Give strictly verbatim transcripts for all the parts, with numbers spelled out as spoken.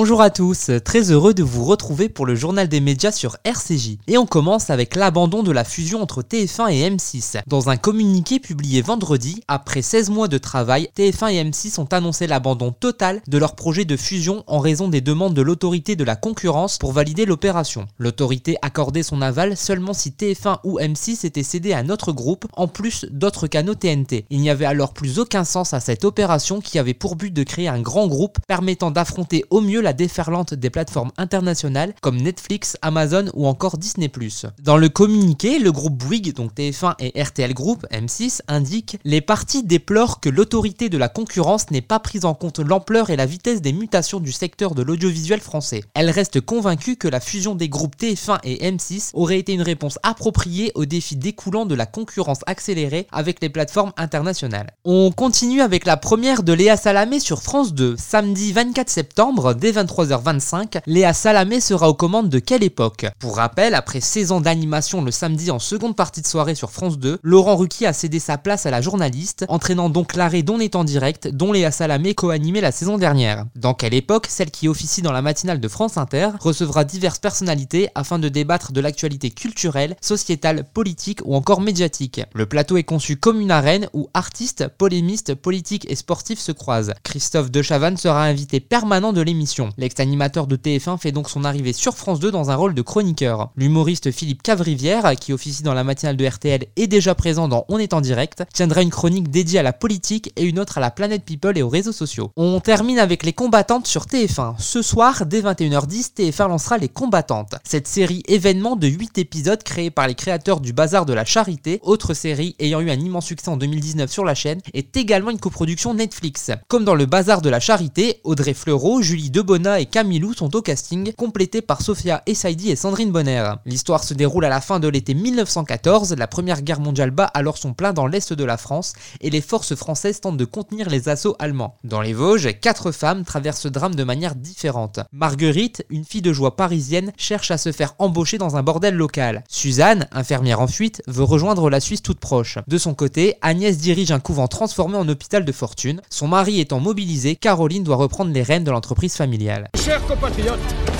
Bonjour à tous, très heureux de vous retrouver pour le journal des médias sur R C J. Et on commence avec l'abandon de la fusion entre T F un et M six. Dans un communiqué publié vendredi, après seize mois de travail, T F un et M six ont annoncé l'abandon total de leur projet de fusion en raison des demandes de l'autorité de la concurrence pour valider l'opération. L'autorité accordait son aval seulement si T F un ou M six étaient cédés à un autre groupe, en plus d'autres canaux T N T. Il n'y avait alors plus aucun sens à cette opération qui avait pour but de créer un grand groupe permettant d'affronter au mieux la déferlante des plateformes internationales comme Netflix, Amazon ou encore Disney plus. Dans le communiqué, le groupe Bouygues, donc T F un et R T L Group, M six, indique « Les parties déplorent que l'autorité de la concurrence n'ait pas pris en compte l'ampleur et la vitesse des mutations du secteur de l'audiovisuel français. Elle reste convaincue que la fusion des groupes T F un et M six aurait été une réponse appropriée aux défis découlant de la concurrence accélérée avec les plateformes internationales. » On continue avec la première de Léa Salamé sur France deux. Samedi vingt-quatre septembre, dès vingt-trois heures vingt-cinq, Léa Salamé sera aux commandes de Quelle époque. Pour rappel, après seize ans d'animation le samedi en seconde partie de soirée sur France deux, Laurent Ruquier a cédé sa place à la journaliste, entraînant donc l'arrêt d'On est en direct, dont Léa Salamé co-animait la saison dernière. Dans Quelle époque, celle qui officie dans la matinale de France Inter recevra diverses personnalités afin de débattre de l'actualité culturelle, sociétale, politique ou encore médiatique. Le plateau est conçu comme une arène où artistes, polémistes, politiques et sportifs se croisent. Christophe De Chavannes sera invité permanent de l'émission. L'ex-animateur de T F un fait donc son arrivée sur France deux dans un rôle de chroniqueur. L'humoriste Philippe Cavrivière, qui officie dans la matinale de R T L et déjà présent dans On est en direct, tiendra une chronique dédiée à la politique et une autre à la planète people et aux réseaux sociaux. On termine avec Les Combattantes sur T F un. Ce soir, dès vingt et une heures dix, T F un lancera Les Combattantes. Cette série événement de huit épisodes créée par les créateurs du Bazar de la Charité, autre série ayant eu un immense succès en deux mille dix-neuf sur la chaîne, est également une coproduction Netflix. Comme dans le Bazar de la Charité, Audrey Fleurot, Julie Debona et Camilou sont au casting, complétés par Sophia Essaidi et Sandrine Bonner. L'histoire se déroule à la fin de l'été mille neuf cent quatorze, la première guerre mondiale bat alors son plein dans l'est de la France et les forces françaises tentent de contenir les assauts allemands. Dans les Vosges, quatre femmes traversent ce drame de manière différente. Marguerite, une fille de joie parisienne, cherche à se faire embaucher dans un bordel local. Suzanne, infirmière en fuite, veut rejoindre la Suisse toute proche. De son côté, Agnès dirige un couvent transformé en hôpital de fortune. Son mari étant mobilisé, Caroline doit reprendre les rênes de l'entreprise familiale. Chers compatriotes,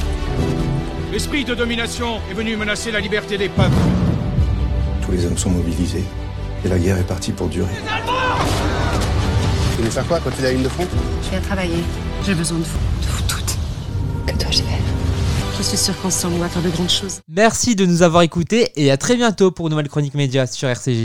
l'esprit de domination est venu menacer la liberté des peuples. Tous les hommes sont mobilisés et la guerre est partie pour durer. Tu veux faire quoi quand tu as une de front? Je viens travailler. J'ai besoin de vous, de vous toutes. Que toi je l'aime. Je suis sûre qu'ensemble on va faire de grandes choses. Merci de nous avoir écoutés et à très bientôt pour une nouvelle chronique média sur R C J.